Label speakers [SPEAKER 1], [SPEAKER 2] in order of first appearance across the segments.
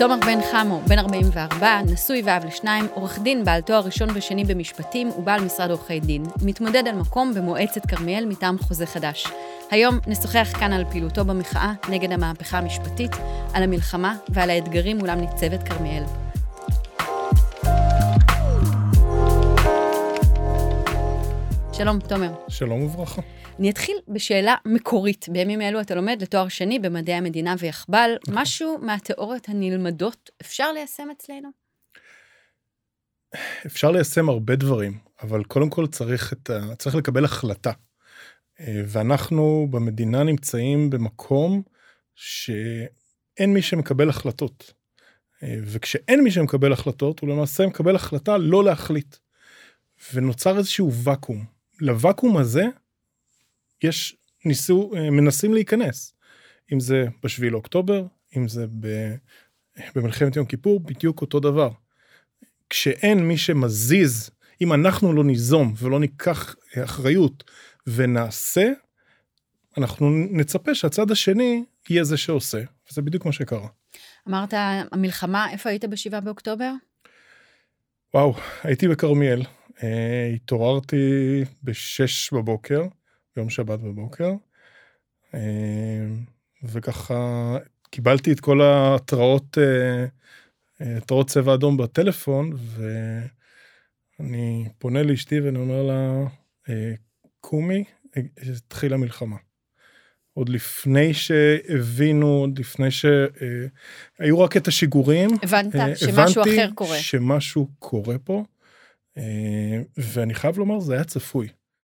[SPEAKER 1] תומר בן חמו, בן 44, נשוי ואב לשניים, עורך דין בעל תואר ראשון ושני במשפטים ובעל משרד עורכי דין, מתמודד על מקום במועצת כרמיאל מטעם חוזה חדש. היום נשוחח כאן על פעילותו במחאה נגד המהפכה המשפטית, על המלחמה ועל האתגרים מולם ניצבת כרמיאל. שלום, תומר.
[SPEAKER 2] שלום וברכה.
[SPEAKER 1] אני אתחיל בשאלה מקורית. בימים אלו אתה לומד לתואר שני במדעי המדינה ויחבל. משהו מהתיאוריות הנלמדות אפשר ליישם אצלנו?
[SPEAKER 2] אפשר ליישם הרבה דברים, אבל קודם כל צריך לקבל החלטה. ואנחנו במדינה נמצאים במקום שאין מי שמקבל החלטות. וכשאין מי שמקבל החלטות, הוא למעשה מקבל החלטה לא להחליט. ונוצר איזשהו ואקום. לוואקום הזה מנסים להיכנס. אם זה ב7 לאוקטובר, אם זה במלחמת יום כיפור, בדיוק אותו דבר. כשאין מי שמזיז, אם אנחנו לא ניזום ולא ניקח אחריות ונעשה, אנחנו נצפה שהצד השני יהיה זה שעושה. וזה בדיוק מה שקרה. אמרת,
[SPEAKER 1] המלחמה, איפה היית ב7 באוקטובר?
[SPEAKER 2] וואו, הייתי בכרמיאל. התעוררתי ב6 בבוקר, יום שבת בבוקר, וככה קיבלתי את כל התראות צבע אדום בטלפון, ואני פונה לאשתי ואני אומר לה, קומי, התחילה מלחמה. עוד לפני שהבינו, עוד לפני שהיו רק את השיגורים,
[SPEAKER 1] הבנת שמשהו אחר קורה.
[SPEAKER 2] הבנתי שמשהו קורה פה, ואני חייב לומר, זה היה צפוי.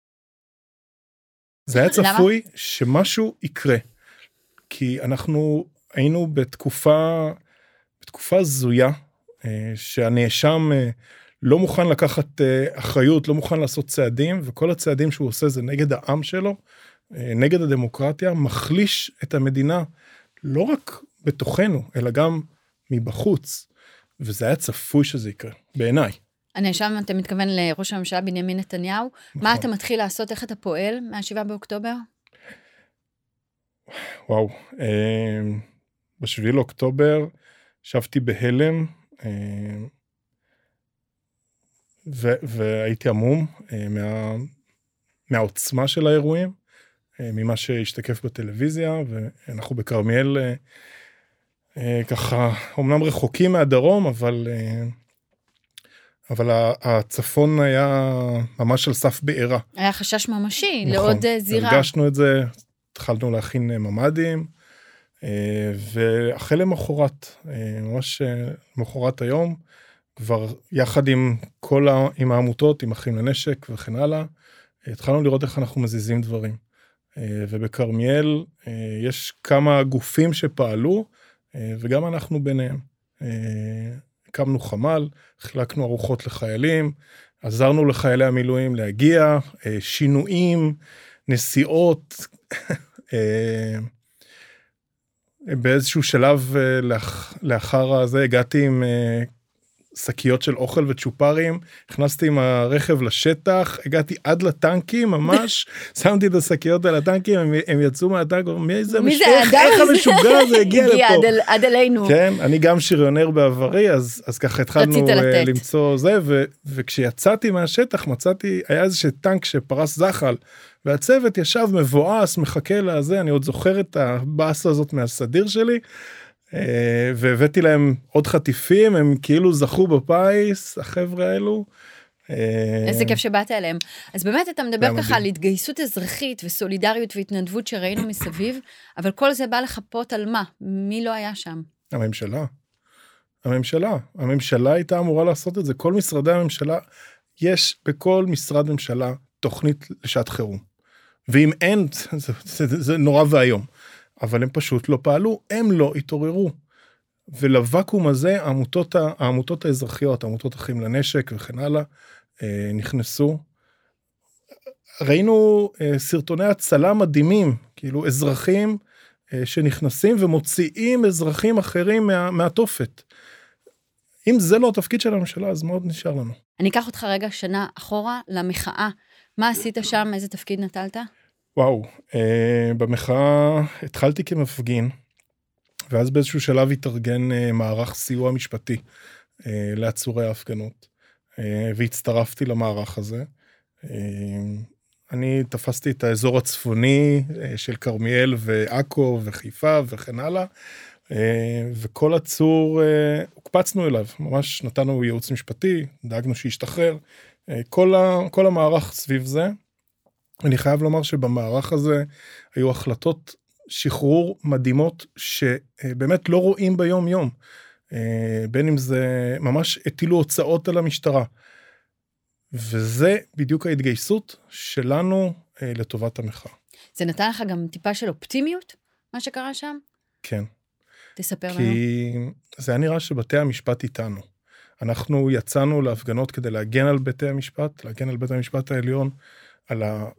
[SPEAKER 2] זה היה צפוי שמשהו יקרה. כי אנחנו היינו בתקופה זויה, שהנאשם לא מוכן לקחת אחריות, לא מוכן לעשות צעדים, וכל הצעדים שהוא עושה זה נגד העם שלו, נגד הדמוקרטיה, מחליש את המדינה, לא רק בתוכנו, אלא גם מבחוץ. וזה היה צפוי שזה יקרה, בעיניי.
[SPEAKER 1] הנאשם, אתה מתכוון לראש הממשלה בנימין נתניהו, מה אתה מתחיל לעשות, איך אתה פועל מה7 באוקטובר?
[SPEAKER 2] וואו, ב7 לאוקטובר שבתי בהלם, והייתי עמום מהעוצמה של האירועים, ממה שהשתקף בטלוויזיה, ואנחנו בכרמיאל ככה, אומנם רחוקים מהדרום, אבל הצפון היה ממש על סף בעירה.
[SPEAKER 1] היה חשש ממשי,
[SPEAKER 2] נכון,
[SPEAKER 1] לעוד זירה.
[SPEAKER 2] הרגשנו את זה, התחלנו להכין ממ"דים, ואחרי למחרת, ממש למחרת היום, כבר יחד עם העמותות, עם אחים לנשק וכן הלאה, התחלנו לראות איך אנחנו מזיזים דברים. ובכרמיאל יש כמה גופים שפעלו, וגם אנחנו ביניהם. הקמנו חמ"ל, חילקנו ארוחות לחיילים, עזרנו לחיילי המילואים להגיע, שינויים, נסיעות, באיזשהו שלב לאחר הזה הגעתי עם שקיות של אוכל וצ'ופרים, הכנסתי עם הרכב לשטח, הגעתי עד לטנקים ממש, שמתי את השקיות על הטנקים, הם יצאו מהטנק, מי זה המשך, איך המשוגע הזה הגיע לפה?
[SPEAKER 1] עד אלינו.
[SPEAKER 2] כן, אני גם שריונר בעברי, אז ככה התחלנו למצוא זה, וכשיצאתי מהשטח מצאתי, היה איזשהו טנק שפרס זחל, והצוות ישב מבואס, מחכה לזה, אני עוד זוכר את הבאסה הזאת מהסדיר שלי, והבאתי להם עוד חטיפים, הם כאילו זכו בפייס, החבר'ה האלו.
[SPEAKER 1] איזה כיף שבאת אליהם. אז באמת אתה מדבר ככה על התגייסות אזרחית וסולידריות והתנדבות שראינו מסביב, אבל כל זה בא לחפות על מה? מי לא היה שם? הממשלה הייתה אמורה לעשות את זה. כל משרדי הממשלה, יש בכל משרד ממשלה תוכנית לשעת חירום. ואם אין, זה נורא והיום. אבל הם פשוט לא פעלו, הם לא התעוררו. ולוואקום הזה, העמותות האזרחיות, העמותות אחים לנשק וכן הלאה, נכנסו. ראינו סרטוני הצלה מדהימים, כאילו אזרחים שנכנסים ומוציאים אזרחים אחרים מהתופת. אם זה לא התפקיד של הממשלה, אז מאוד נשאר לנו. אני אקח אותך רגע שנה אחורה למחאה. מה עשית שם? איזה תפקיד נטלת?
[SPEAKER 2] וואו, במחאה התחלתי כמפגין,
[SPEAKER 1] ואז באיזשהו שלב התארגן מערך סיוע משפטי לעצורי ההפגנות, והצטרפתי למערך הזה. אני תפסתי את האזור הצפוני של כרמיאל ועכו וחיפה וכן הלאה, וכל עצור הוקפצנו אליו, ממש נתנו ייעוץ משפטי, דאגנו שישתחרר, כל המערך סביב זה. אני חייב לומר שבמערך הזה היו החלטות שחרור מדהימות שבאמת לא רואים ביום יום, בין אם זה ממש הטילו הוצאות על המשטרה, וזה בדיוק ההתגייסות שלנו לטובת המחאה.
[SPEAKER 3] זה נתן לך גם טיפה של אופטימיות, מה שקרה שם?
[SPEAKER 1] כן.
[SPEAKER 3] תספר לנו.
[SPEAKER 1] כי זה היה נראה שבתי המשפט איתנו. אנחנו יצאנו להפגנות כדי להגן על בתי המשפט, להגן על בית המשפט העליון, על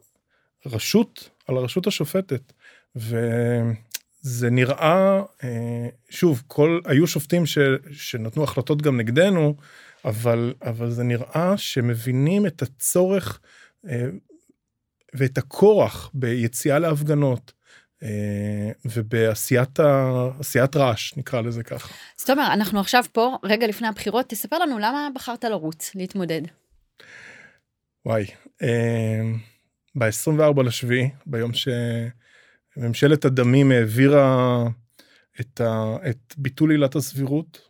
[SPEAKER 1] הרשות השופטת, וזה נראה, שוב, היו שופטים שנתנו החלטות גם נגדנו, אבל זה נראה שמבינים את הצורך ואת הכורח ביציאה להפגנות, ובעשיית רעש, נקרא לזה ככה.
[SPEAKER 3] זאת אומרת, אנחנו עכשיו פה, רגע לפני הבחירות, תספר לנו למה בחרת לרוץ, להתמודד.
[SPEAKER 1] וואי, ב-24 לשביעי, ביום שממשלת הדמים העבירה את ביטול עילת הסבירות,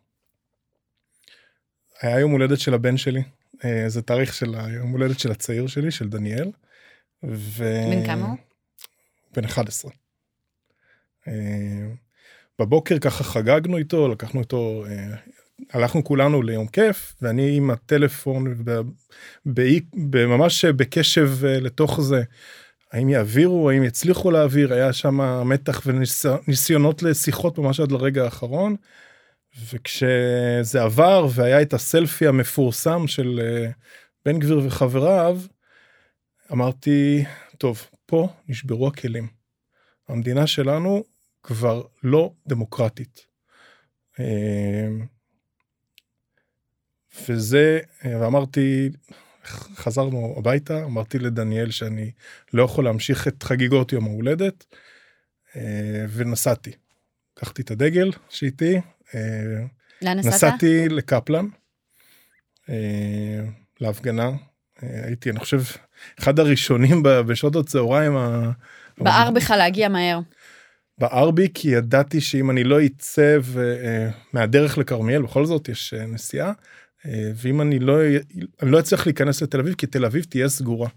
[SPEAKER 1] היה יום הולדת של הבן שלי, זה תאריך של היום הולדת של הצעיר שלי, של דניאל.
[SPEAKER 3] בן כמה הוא?
[SPEAKER 1] בן 11. בבוקר ככה חגגנו איתו, לקחנו איתו, הלכנו כולנו ליום כיף, ואני עם הטלפון, ממש בקשב לתוך זה, האם יעבירו, האם יצליחו להעביר, היה שם מתח וניסיונות לשיחות ממש עד לרגע האחרון, וכשזה עבר, והיה את הסלפי המפורסם של בן גביר וחבריו, אמרתי, טוב, פה נשברו הכלים. המדינה שלנו כבר לא דמוקרטית. ואמרתי, חזרנו הביתה, אמרתי לדניאל שאני לא יכול להמשיך את חגיגות יום ההולדת, ונסעתי. לקחתי את הדגל שאיתי,
[SPEAKER 3] לאן נסעת?
[SPEAKER 1] נסעתי לקפלן, להפגנה, הייתי, אני חושב, אחד הראשונים בשעות הצהריים.
[SPEAKER 3] בער בך להגיע מהר.
[SPEAKER 1] בער בי, כי ידעתי שאם אני לא אצא מהדרך לכרמיאל, בכל זאת יש נסיעה, ואם אני לא אצליח להיכנס לתל אביב, כי תל אביב תהיה סגורה.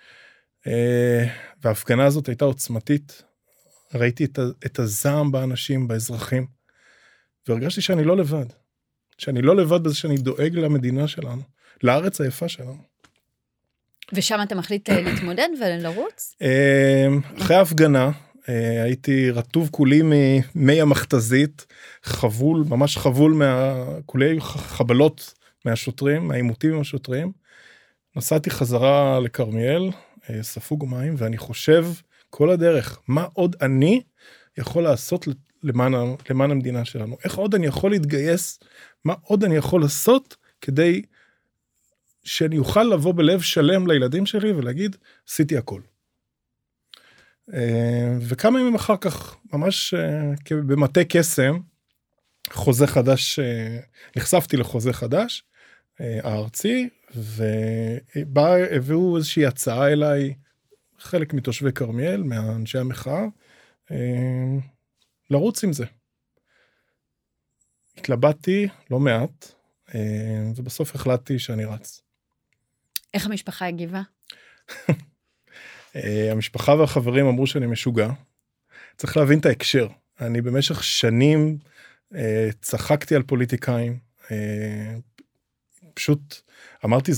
[SPEAKER 1] וההפגנה הזאת הייתה עוצמתית, ראיתי את הזעם באנשים, באזרחים, והרגשתי שאני לא לבד. שאני לא לבד בזה שאני דואג למדינה שלנו, לארץ היפה שלנו.
[SPEAKER 3] ושם אתה מחליט להתמודד ולרוץ?
[SPEAKER 1] אחרי ההפגנה, הייתי רטוב כולי ממי המכתזית, חבול, ממש חבול כולי חבלות מהשוטרים, מהעימותים עם השוטרים. נסעתי חזרה לכרמיאל, ספוג מים, ואני חושב כל הדרך, מה עוד אני יכול לעשות למען המדינה שלנו? איך עוד אני יכול להתגייס? מה עוד אני יכול לעשות כדי שאני אוכל לבוא בלב שלם לילדים שלי ולהגיד, עשיתי הכל. וכמה ימים אחר כך, ממש במטה קסם, חוזה חדש, נחשפתי לחוזה חדש, הארצי, והביאו איזושהי הצעה אליי, חלק מתושבי כרמיאל, מאנשי המחאה, לרוץ עם זה. התלבטתי לא מעט, ובסוף החלטתי שאני רץ.
[SPEAKER 3] איך המשפחה הגיבה?
[SPEAKER 1] המשפחה והחברים אמרו שאני משוגע. צריך להבין את ההקשר. אני במשך שנים צחקתי על פוליטיקאים. פשוט אמרתי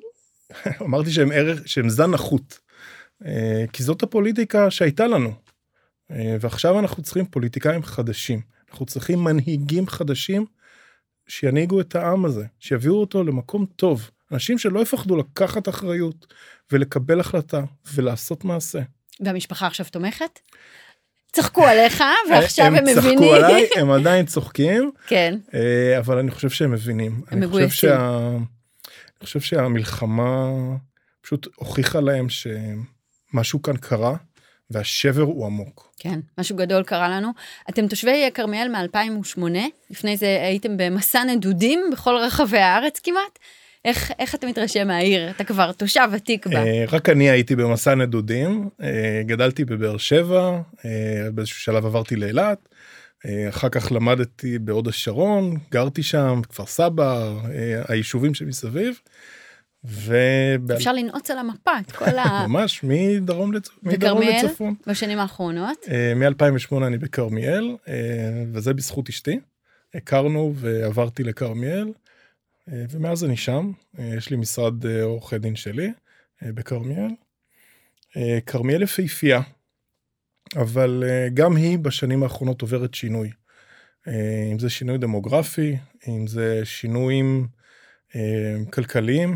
[SPEAKER 1] שהם זן נחות. כי זאת הפוליטיקה שהייתה לנו. ועכשיו אנחנו צריכים פוליטיקאים חדשים. אנחנו צריכים מנהיגים חדשים שינהיגו את העם הזה, שיביאו אותו למקום טוב. אנשים שלא יפחדו לקחת אחריות ולקבל החלטה ולעשות מעשה.
[SPEAKER 3] והמשפחה עכשיו תומכת? צחקו עליך, ועכשיו הם מבינים.
[SPEAKER 1] הם צחקו עליי, הם עדיין צוחקים.
[SPEAKER 3] כן.
[SPEAKER 1] אבל אני חושב שהם מבינים.
[SPEAKER 3] הם מגויסים.
[SPEAKER 1] אני חושב שהמלחמה פשוט הוכיחה להם שמשהו כאן קרה, והשבר הוא עמוק.
[SPEAKER 3] כן, משהו גדול קרה לנו. אתם תושבי כרמיאל מ-2008, לפני זה הייתם במסע נדודים בכל רחבי הארץ כמעט. איך אתה מתרשם מהעיר? אתה כבר תושב ותיק בה.
[SPEAKER 1] רק אני הייתי במסע נדודים, גדלתי בבאר שבע, באיזשהו שלב עברתי לאילת, אחר כך למדתי בהוד השרון, גרתי שם, כפר סבא, היישובים שמסביב,
[SPEAKER 3] אפשר לנעוץ על המפה את כל
[SPEAKER 1] ממש, מדרום לצפון.
[SPEAKER 3] בשנים האחרונות?
[SPEAKER 1] מ-2008 אני בכרמיאל, וזה בזכות אשתי. הכרנו ועברתי לכרמיאל, ומאז אני שם. יש לי משרד עורכי דין שלי בכרמיאל. כרמיאל יפהפייה, אבל גם היא בשנים האחרונות עוברת שינוי. אם זה שינוי דמוגרפי, אם זה שינויים כלכליים,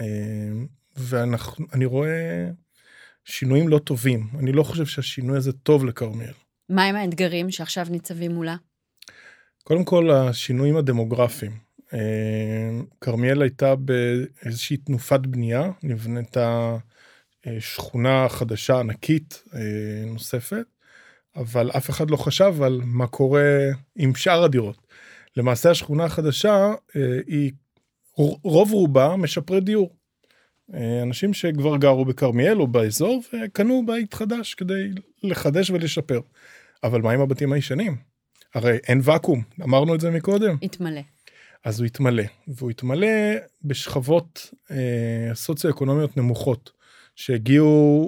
[SPEAKER 1] ואני רואה שינויים לא טובים. אני לא חושב שהשינוי הזה טוב לכרמיאל.
[SPEAKER 3] מה עם האתגרים שעכשיו ניצבים מולה?
[SPEAKER 1] קודם כל, השינויים הדמוגרפיים. כרמיאל הייתה באיזושהי תנופת בנייה, נבנתה שכונה חדשה ענקית נוספת, אבל אף אחד לא חשב על מה קורה עם שאר הדירות. למעשה השכונה החדשה היא רוב רובה משפרי דיור. אנשים שכבר גרו בכרמיאל או באזור וקנו בית חדש כדי לחדש ולשפר. אבל מה עם הבתים הישנים? הרי אין וקום, אמרנו את זה מקודם.
[SPEAKER 3] התמלא.
[SPEAKER 1] אז הוא התמלא, והוא התמלא בשכבות סוציו-אקונומיות נמוכות, שהגיעו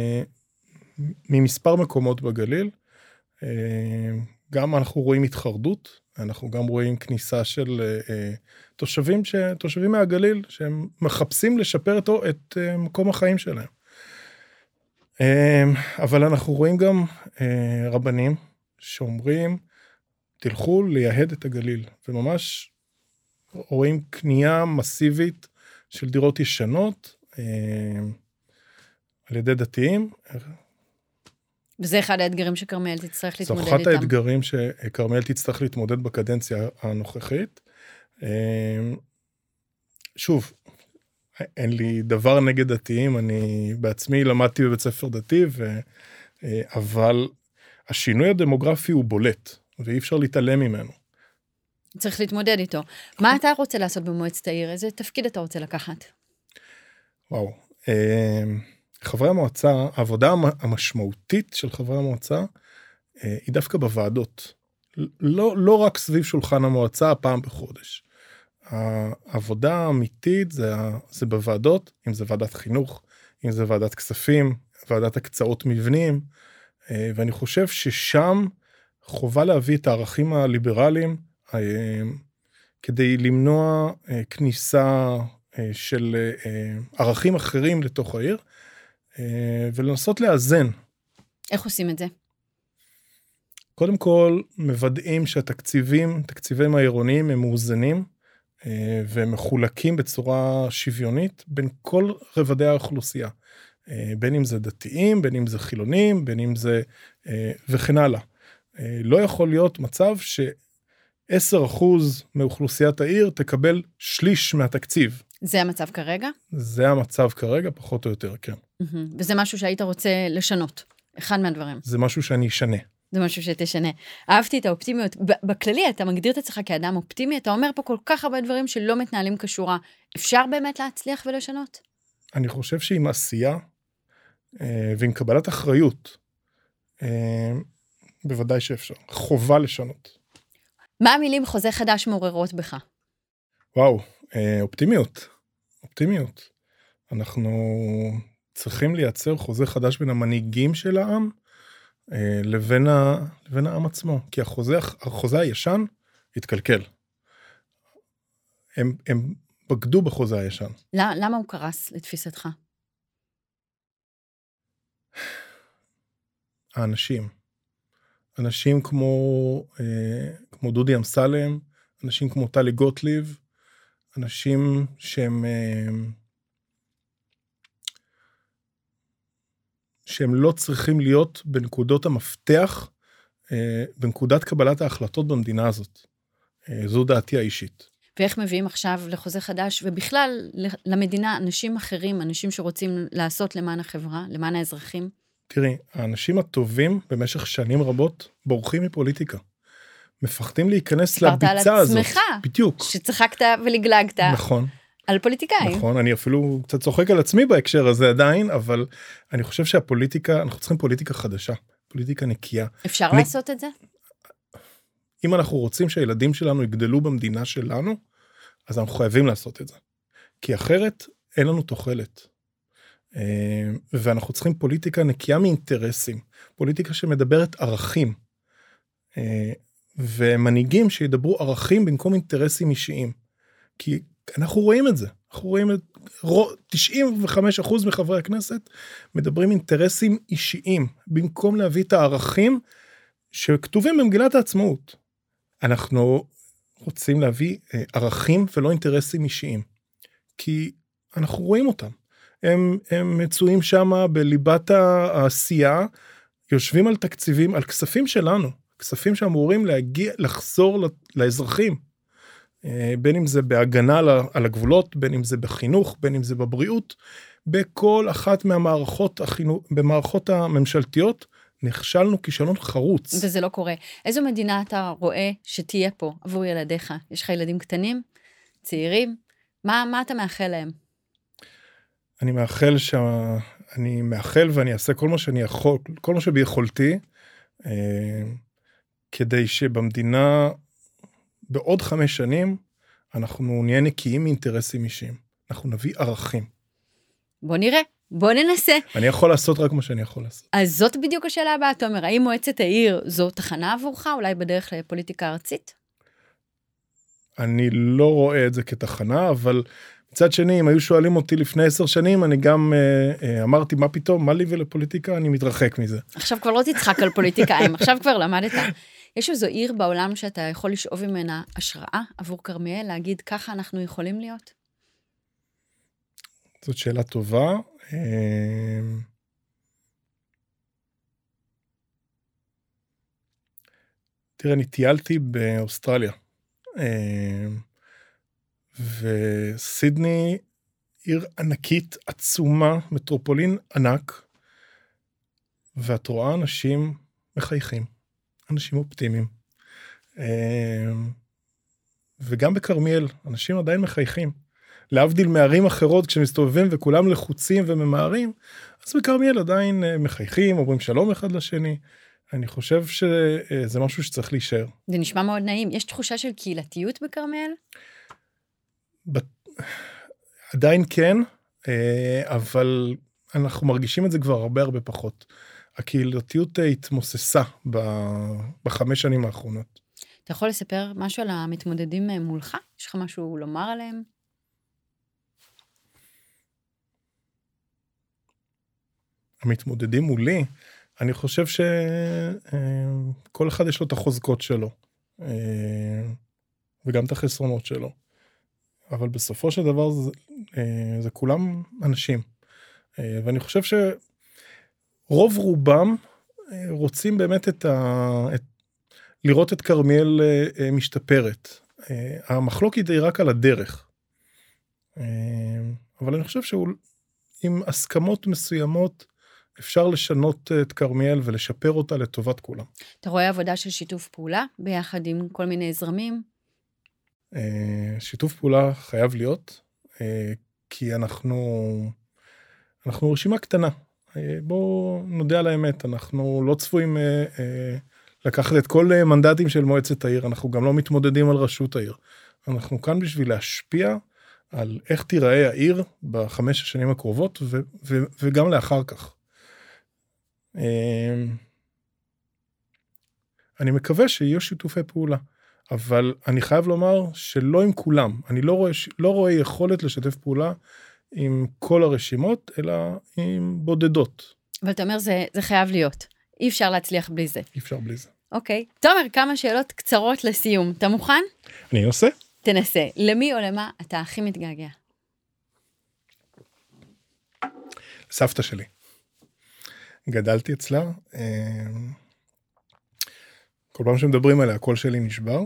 [SPEAKER 1] ממספר מקומות בגליל. גם אנחנו רואים התחרדות, אנחנו גם רואים כניסה של תושבים מהגליל, שהם מחפשים לשפר את מקום החיים שלהם. אבל אנחנו רואים גם רבנים שאומרים, תלכו לייהד את הגליל, וממש רואים קנייה מסיבית של דירות ישנות, על ידי דתיים.
[SPEAKER 3] וזה אחד האתגרים שכרמיאל תצטרך להתמודד איתם.
[SPEAKER 1] זו אחת האתגרים שכרמיאל תצטרך להתמודד בקדנציה הנוכחית. שוב, אין לי דבר נגד דתיים, אני בעצמי למדתי בבית ספר דתי, אבל השינוי הדמוגרפי הוא בולט, ואי אפשר להתעלם ממנו.
[SPEAKER 3] צריך להתמודד איתו. מה אתה רוצה לעשות במועצת העיר? איזה תפקיד אתה רוצה לקחת?
[SPEAKER 1] וואו, חברי המועצה, העבודה המשמעותית של חברי המועצה, היא דווקא בוועדות. לא רק סביב שולחן המועצה, פעם בחודש. העבודה האמיתית זה בוועדות, אם זה ועדת חינוך, אם זה ועדת כספים, ועדת הקצאות מבנים, ואני חושב ששם חובה להביא את הערכים הליברליים, כדי למנוע כניסה של ערכים אחרים לתוך העיר, ולנסות לאזן.
[SPEAKER 3] איך עושים את זה?
[SPEAKER 1] קודם כל, מוודאים תקציבים העירוניים הם מאוזנים, ומחולקים בצורה שוויונית בין כל רבדי האוכלוסייה. בין אם זה דתיים, בין אם זה חילונים, בין אם זה וכן הלאה. לא יכול להיות מצב ש10% מאוכלוסיית העיר תקבל שליש מהתקציב.
[SPEAKER 3] זה המצב כרגע?
[SPEAKER 1] זה המצב כרגע, פחות או יותר, כן.
[SPEAKER 3] וזה משהו שהיית רוצה לשנות, אחד מהדברים.
[SPEAKER 1] זה משהו שאני אשנה.
[SPEAKER 3] זה משהו שתשנה. אהבתי את האופטימיות. בכללי, אתה מגדיר את עצמך כאדם אופטימי, אתה אומר פה כל כך הרבה דברים שלא מתנהלים כשורה. אפשר באמת להצליח ולשנות?
[SPEAKER 1] אני חושב שעם עשייה, ועם קבלת אחריות, בוודאי שאפשר. חובה לשנות.
[SPEAKER 3] מה המילים חוזה חדש מעוררות בך?
[SPEAKER 1] וואו, אופטימיות. אופטימיות. אנחנו צריכים לייצר חוזה חדש בין המנהיגים של העם, לבין העם עצמו. כי החוזה הישן התקלקל. הם בגדו בחוזה הישן.
[SPEAKER 3] למה הוא קרס לתפיסתך?
[SPEAKER 1] אנשים כמו דודי אמסלם, אנשים כמו טלי גוטליב, אנשים שהם לא צריכים להיות בנקודות המפתח, בנקודת קבלת ההחלטות במדינה הזאת. זו דעתי האישית.
[SPEAKER 3] ואיך מביאים עכשיו לחוזה חדש, ובכלל למדינה אנשים אחרים, אנשים שרוצים לעשות למען החברה, למען האזרחים?
[SPEAKER 1] תראי, האנשים הטובים במשך שנים רבות בורחים מפוליטיקה. מפחדים להיכנס לביצה הזאת.
[SPEAKER 3] סיפרת על עצמך.
[SPEAKER 1] בדיוק.
[SPEAKER 3] שצחקת ולגלגת.
[SPEAKER 1] נכון.
[SPEAKER 3] על פוליטיקאים.
[SPEAKER 1] נכון, אני אפילו קצת צוחק על עצמי בהקשר הזה עדיין, אבל אני חושב שהפוליטיקה, אנחנו צריכים פוליטיקה חדשה, פוליטיקה נקייה.
[SPEAKER 3] אפשר לעשות את זה?
[SPEAKER 1] אם אנחנו רוצים שהילדים שלנו יגדלו במדינה שלנו, אז אנחנו חייבים לעשות את זה. כי אחרת אין לנו תוחלת. ואנחנו צריכים פוליטיקה נקייה מאינטרסים, פוליטיקה שמדברת ערכים, ומנהיגים שידברו ערכים במקום אינטרסים אישיים. כי אנחנו רואים את זה, אנחנו רואים את 95% מחברי הכנסת מדברים אינטרסים אישיים, במקום להביא את הערכים שכתובים במגילת העצמאות. אנחנו רוצים להביא ערכים ולא אינטרסים אישיים, כי אנחנו רואים אותם. הם מצויים שם בליבת העשייה, יושבים על תקציבים, על כספים שלנו, כספים שאמורים לחזור לאזרחים, בין אם זה בהגנה על הגבולות, בין אם זה בחינוך, בין אם זה בבריאות, בכל אחת במערכות הממשלתיות, נכשלנו כישלון חרוץ.
[SPEAKER 3] וזה לא קורה. איזו מדינה אתה רואה שתהיה פה עבור ילדיך? יש לך ילדים קטנים, צעירים? מה אתה מאחל להם?
[SPEAKER 1] אני מאחל ואני אעשה כל מה שאני יכול, כל מה שביכולתי, כדי שבמדינה בעוד 5 שנים, אנחנו נהיה נקיים מאינטרסים אישיים. אנחנו נביא ערכים.
[SPEAKER 3] בוא נראה, בוא ננסה.
[SPEAKER 1] אני יכול לעשות רק מה שאני יכול לעשות.
[SPEAKER 3] אז זאת בדיוק השאלה הבאה, תומר, האם מועצת העיר זו תחנה עבורך, אולי בדרך לפוליטיקה ארצית?
[SPEAKER 1] אני לא רואה את זה כתחנה, אבל מצד שני, אם היו שואלים אותי לפני 10 שנים, אני גם אמרתי, מה פתאום, מה לי ולפוליטיקה, אני מתרחק מזה.
[SPEAKER 3] עכשיו כבר לא תצחק על פוליטיקאים, עכשיו כבר למדת. יש איזו עיר בעולם שאתה יכול לשאוב ממנה השראה עבור כרמיאל, להגיד ככה אנחנו יכולים להיות?
[SPEAKER 1] זאת שאלה טובה. תראה, אני טיילתי באוסטרליה, וסידני עיר ענקית, עצומה, מטרופולין ענק, ואת רואה אנשים מחייכים, אנשים אופטימיים, וגם בכרמיאל, אנשים עדיין מחייכים, להבדיל מערים אחרות כשמסתובבים וכולם לחוצים וממהרים, אז בכרמיאל עדיין מחייכים, אומרים שלום אחד לשני, אני חושב שזה משהו שצריך להישאר.
[SPEAKER 3] זה נשמע מאוד נעים, יש תחושה של קהילתיות בכרמיאל?
[SPEAKER 1] עדיין כן, אבל אנחנו מרגישים את זה כבר הרבה פחות. הקהילתיות התמוססה ב5 שנים האחרונות.
[SPEAKER 3] אתה יכול לספר משהו על המתמודדים מולך? יש לך משהו לומר עליהם?
[SPEAKER 1] המתמודדים מולי, אני חושב שכל אחד יש לו את החוזקות שלו, וגם את החסרונות שלו. אבל בסופו של דבר זה כולם אנשים. ואני חושב שרוב רובם רוצים באמת לראות את כרמיאל משתפרת. המחלוקת היא רק על הדרך. אבל אני חושב שעם הסכמות מסוימות אפשר לשנות את כרמיאל ולשפר אותה לטובת כולם.
[SPEAKER 3] אתה רואה עבודה של שיתוף פעולה ביחד עם כל מיני זרמים?
[SPEAKER 1] שיתוף פעולה חייב להיות, כי אנחנו רשימה קטנה. בואו נודה על האמת, אנחנו לא צפויים לקחת את כל מנדטים של מועצת העיר, אנחנו גם לא מתמודדים על ראשות העיר. אנחנו כאן בשביל להשפיע על איך תיראה העיר ב5 השנים הקרובות, וגם לאחר כך. אני מקווה שיהיו שיתופי פעולה, אבל אני חייב לומר שלא עם כולם. אני לא רואה יכולת לשתף פעולה עם כל הרשימות, אלא עם בודדות.
[SPEAKER 3] אבל אתה אומר, זה חייב להיות. אי אפשר להצליח בלי זה.
[SPEAKER 1] אי אפשר בלי זה.
[SPEAKER 3] אוקיי. תומר, כמה שאלות קצרות לסיום. אתה מוכן?
[SPEAKER 1] אני עושה.
[SPEAKER 3] תנסה. למי או למה אתה הכי מתגעגע?
[SPEAKER 1] סבתא שלי. גדלתי אצלה. כל פעם שמדברים עליה, הקול שלי נשבר.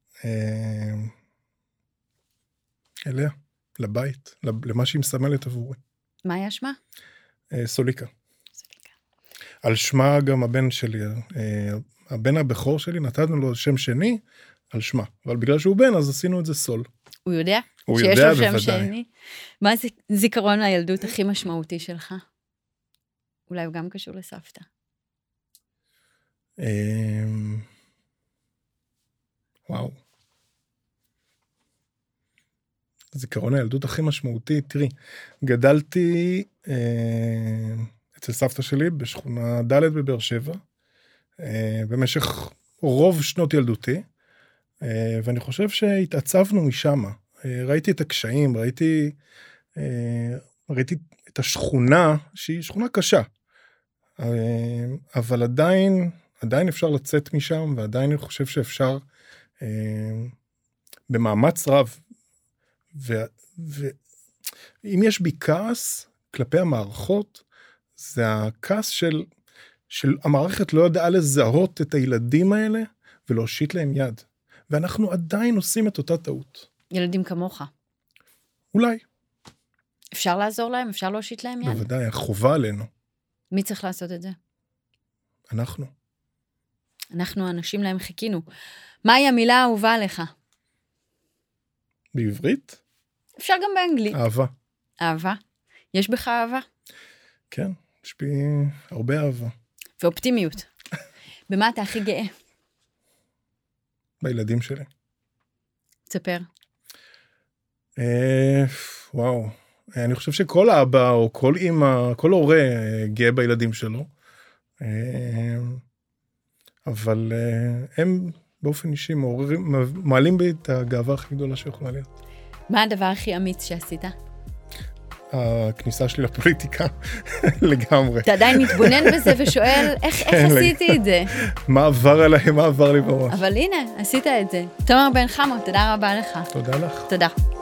[SPEAKER 1] אליה, לבית, למה שהיא מסמלת עבורי.
[SPEAKER 3] מה היה שמה?
[SPEAKER 1] סוליקה. על שמה גם הבן שלי, הבן הבכור שלי, נתנו לו שם שני על שמה, אבל בגלל שהוא בן אז עשינו את זה סול.
[SPEAKER 3] הוא יודע?
[SPEAKER 1] הוא
[SPEAKER 3] שיש
[SPEAKER 1] יודע
[SPEAKER 3] לו שם
[SPEAKER 1] בוודאי.
[SPEAKER 3] שני? מה זיכרון הילדות הכי משמעותי שלך? אולי הוא גם קשור לסבתא.
[SPEAKER 1] וואו. זיכרון הילדות הכי משמעותי, תראי, גדלתי אצל סבתא שלי בשכונה ד' בבאר שבע, במשך רוב שנות ילדותי, ואני חושב שהתעצבנו משם. ראיתי את הקשיים, ראיתי את השכונה, שהיא שכונה קשה, אבל עדיין אפשר לצאת משם, ועדיין אני חושב שאפשר במאמץ רב, ואם יש בי כעס כלפי המערכות, זה הכעס של המערכת לא ידעה לזהות את הילדים האלה, ולהושיט להם יד. ואנחנו עדיין עושים את אותה טעות.
[SPEAKER 3] ילדים כמוך.
[SPEAKER 1] אולי.
[SPEAKER 3] אפשר לעזור להם? אפשר להושיט להם יד?
[SPEAKER 1] בוודאי, החובה עלינו.
[SPEAKER 3] מי צריך לעשות את זה?
[SPEAKER 1] אנחנו.
[SPEAKER 3] אנחנו האנשים להם חיכינו. מהי המילה האהובה עליך?
[SPEAKER 1] בעברית?
[SPEAKER 3] אפשר גם באנגלית.
[SPEAKER 1] אהבה.
[SPEAKER 3] אהבה? יש בך אהבה?
[SPEAKER 1] כן, יש בי הרבה אהבה.
[SPEAKER 3] ואופטימיות. במה אתה הכי גאה?
[SPEAKER 1] בילדים שלי.
[SPEAKER 3] תספר.
[SPEAKER 1] וואו. אני חושב שכל אבא או כל אמא, כל הורה גאה בילדים שלו. אבל הם באופן אישי מעלים בי את הגאווה הכי גדולה שיכולה להיות.
[SPEAKER 3] מה הדבר הכי אמיץ שעשית?
[SPEAKER 1] הכניסה שלי לפוליטיקה לגמרי.
[SPEAKER 3] אתה עדיין מתבונן בזה ושואל איך עשיתי את זה?
[SPEAKER 1] מה עבר עליי, מה עבר לי בראש.
[SPEAKER 3] אבל הנה, עשית את זה. תומר בן חמו, תודה רבה לך.
[SPEAKER 1] תודה לך.
[SPEAKER 3] תודה.